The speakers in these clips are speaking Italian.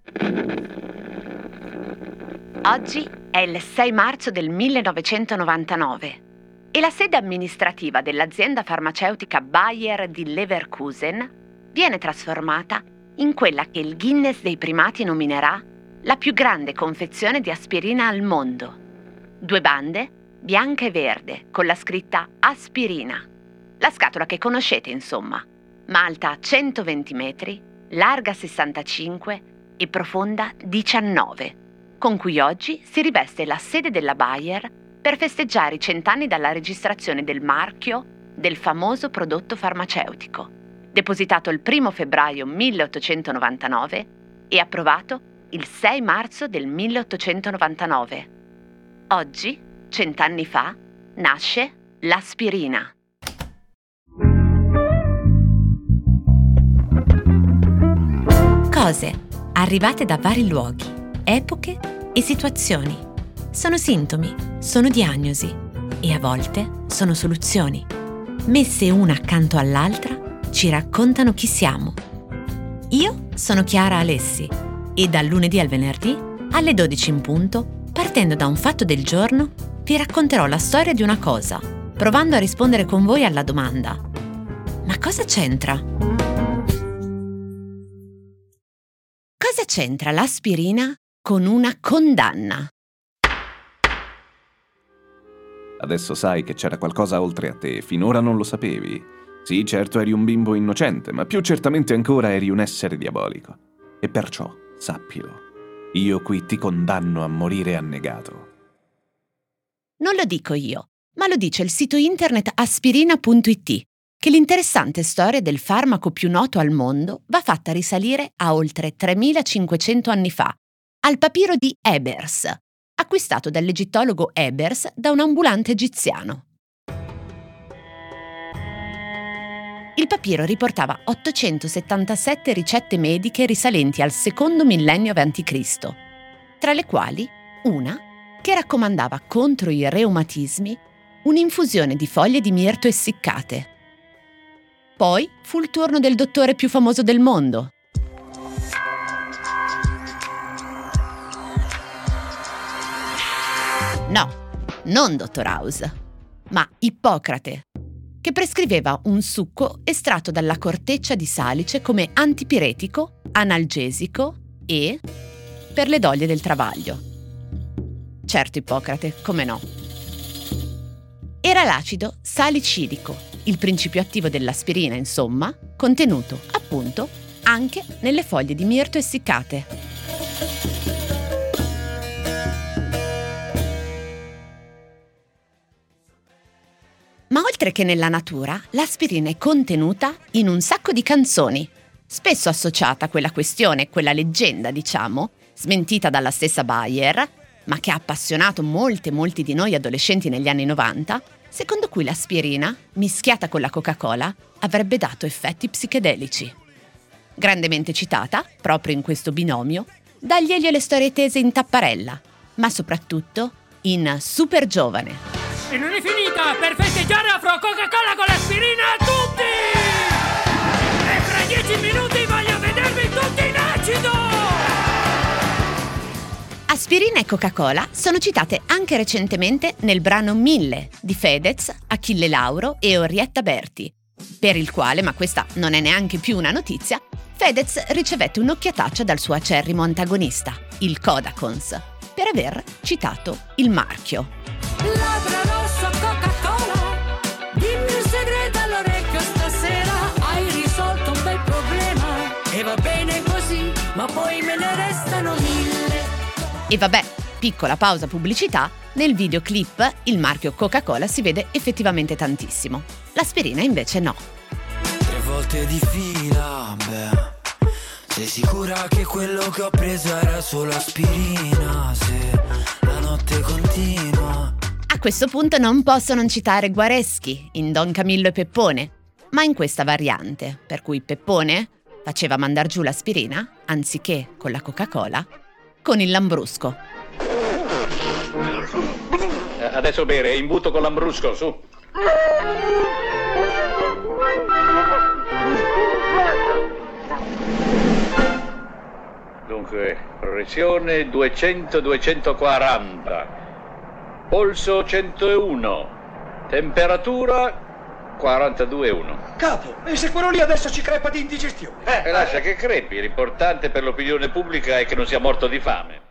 Oggi è il 6 marzo del 1999 e la sede amministrativa dell'azienda farmaceutica Bayer di Leverkusen viene trasformata in quella che il Guinness dei primati nominerà la più grande confezione di aspirina al mondo. 2 bande, bianca e verde, con la scritta aspirina. La scatola che conoscete, insomma, ma alta 120 metri, larga 65 e profonda 19, con cui oggi si riveste la sede della Bayer per festeggiare i 100 anni dalla registrazione del marchio del famoso prodotto farmaceutico, depositato il 1 febbraio 1899 e approvato il 6 marzo del 1899. Oggi, 100 anni fa, nasce l'aspirina. Cose arrivate da vari luoghi, epoche e situazioni. Sono sintomi, sono diagnosi e a volte sono soluzioni. Messe una accanto all'altra ci raccontano chi siamo. Io sono Chiara Alessi e dal lunedì al venerdì alle 12 in punto, partendo da un fatto del giorno, vi racconterò la storia di una cosa, provando a rispondere con voi alla domanda: ma cosa c'entra? Cosa c'entra l'aspirina con una condanna? Adesso sai che c'era qualcosa oltre a te, finora non lo sapevi. Sì, certo eri un bimbo innocente, ma più certamente ancora eri un essere diabolico. E perciò, sappilo, io qui ti condanno a morire annegato. Non lo dico io, ma lo dice il sito internet aspirina.it, che l'interessante storia del farmaco più noto al mondo va fatta risalire a oltre 3500 anni fa, al papiro di Ebers, acquistato dall'egittologo Ebers da un ambulante egiziano. Il papiro riportava 877 ricette mediche risalenti al secondo millennio a.C., tra le quali una che raccomandava contro i reumatismi un'infusione di foglie di mirto essiccate. Poi fu il turno del dottore più famoso del mondo. No, non Dottor House, ma Ippocrate, che prescriveva un succo estratto dalla corteccia di salice come antipiretico, analgesico e per le doglie del travaglio. Certo Ippocrate, come no. Era l'acido salicidico, il principio attivo dell'aspirina, insomma, contenuto, appunto, anche nelle foglie di mirto essiccate. Ma oltre che nella natura, l'aspirina è contenuta in un sacco di canzoni, spesso associata a quella questione, quella leggenda, diciamo, smentita dalla stessa Bayer, ma che ha appassionato molti di noi adolescenti negli anni 90, secondo cui l'aspirina, mischiata con la Coca-Cola, avrebbe dato effetti psichedelici. Grandemente citata, proprio in questo binomio, dagli Elio e le storie tese in Tapparella, ma soprattutto in Super Giovane. E non è finita! Per festeggiare offro Coca-Cola con l'aspirina a tutti! E fra 10 minuti voglio vedervi tutti in acido! Aspirina e Coca-Cola sono citate anche recentemente nel brano 1000 di Fedez, Achille Lauro e Orietta Berti, per il quale, ma questa non è neanche più una notizia, Fedez ricevette un'occhiataccia dal suo acerrimo antagonista, il Kodakons, per aver citato il marchio. Labbra rosso Coca-Cola, dimmi un segreto all'orecchio stasera, hai risolto un bel problema e va bene così, ma poi me ne restano 1000. E vabbè, piccola pausa pubblicità, nel videoclip il marchio Coca-Cola si vede effettivamente tantissimo. L'aspirina invece no. 3 volte di fila, beh, sei sicura che quello che ho preso era solo aspirina? Se la notte continua. A questo punto non posso non citare Guareschi in Don Camillo e Peppone, ma in questa variante, per cui Peppone faceva mandar giù l'aspirina, anziché con la Coca-Cola, con il Lambrusco. Adesso bere, imbuto con Lambrusco, su. Dunque, pressione 200-240, polso 101, temperatura 42,1. Capo, e se quello lì adesso ci crepa di indigestione? Lascia che crepi, l'importante per l'opinione pubblica è che non sia morto di fame.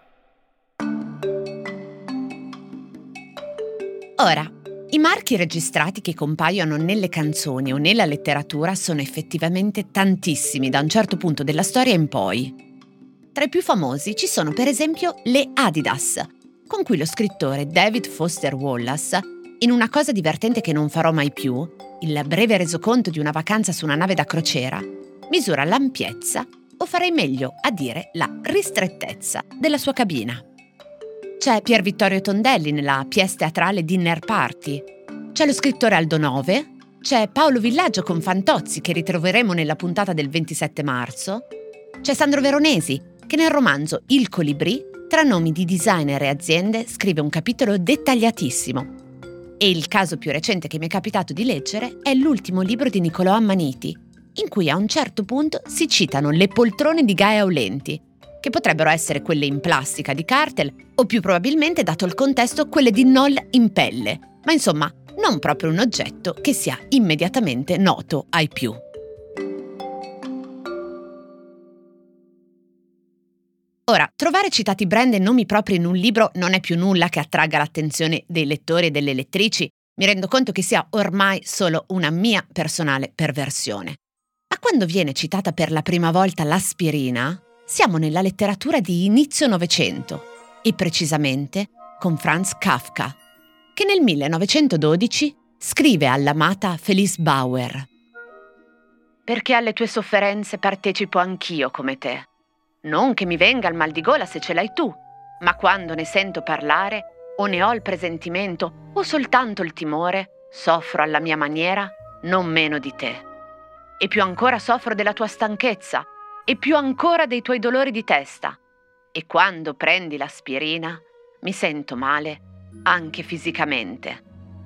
Ora, i marchi registrati che compaiono nelle canzoni o nella letteratura sono effettivamente tantissimi da un certo punto della storia in poi. Tra i più famosi ci sono per esempio le Adidas, con cui lo scrittore David Foster Wallace, in una cosa divertente che non farò mai più, il breve resoconto di una vacanza su una nave da crociera, misura l'ampiezza, o farei meglio a dire la ristrettezza, della sua cabina. C'è Pier Vittorio Tondelli nella pièce teatrale Dinner Party, c'è lo scrittore Aldo Nove, c'è Paolo Villaggio con Fantozzi che ritroveremo nella puntata del 27 marzo, c'è Sandro Veronesi che nel romanzo Il Colibrì, tra nomi di designer e aziende, scrive un capitolo dettagliatissimo. E il caso più recente che mi è capitato di leggere è l'ultimo libro di Niccolò Ammaniti, in cui a un certo punto si citano le poltrone di Gaia Aulenti, che potrebbero essere quelle in plastica di Cartel o più probabilmente, dato il contesto, quelle di Knoll in pelle, ma insomma non proprio un oggetto che sia immediatamente noto ai più. Ora, trovare citati brand e nomi propri in un libro non è più nulla che attragga l'attenzione dei lettori e delle lettrici, mi rendo conto che sia ormai solo una mia personale perversione. Ma quando viene citata per la prima volta l'aspirina, siamo nella letteratura di inizio Novecento e precisamente con Franz Kafka, che nel 1912 scrive all'amata Felice Bauer: Perché alle tue sofferenze partecipo anch'io come te. Non che mi venga il mal di gola se ce l'hai tu, ma quando ne sento parlare o ne ho il presentimento o soltanto il timore, soffro alla mia maniera non meno di te. E più ancora soffro della tua stanchezza, e più ancora dei tuoi dolori di testa. E quando prendi l'aspirina, mi sento male anche fisicamente.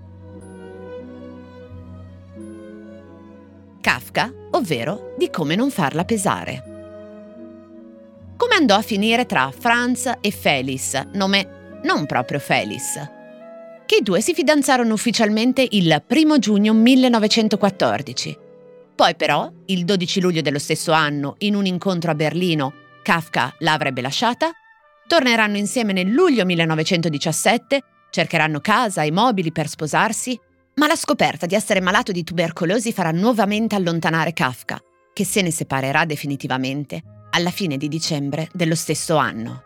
Kafka, ovvero di come non farla pesare. Come andò a finire tra Franz e Felice, nome non proprio Felice, che i due si fidanzarono ufficialmente il 1 giugno 1914. Poi però, il 12 luglio dello stesso anno, in un incontro a Berlino, Kafka la avrebbe lasciata, torneranno insieme nel luglio 1917, cercheranno casa e mobili per sposarsi, ma la scoperta di essere malato di tubercolosi farà nuovamente allontanare Kafka, che se ne separerà definitivamente alla fine di dicembre dello stesso anno.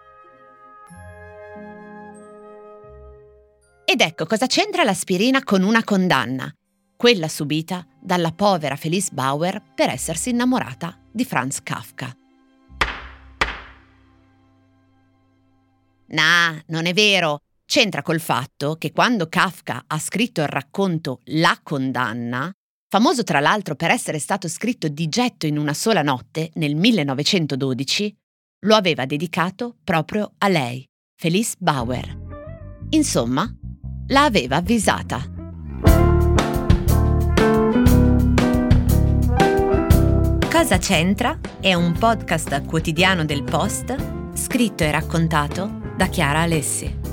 Ed ecco cosa c'entra l'aspirina con una condanna, quella subita dalla povera Felice Bauer per essersi innamorata di Franz Kafka. Nah, non è vero. C'entra col fatto che quando Kafka ha scritto il racconto La condanna, famoso tra l'altro per essere stato scritto di getto in una sola notte nel 1912, lo aveva dedicato proprio a lei, Felice Bauer. Insomma, la aveva avvisata. Cosa c'entra? È un podcast quotidiano del Post, scritto e raccontato da Chiara Alessi.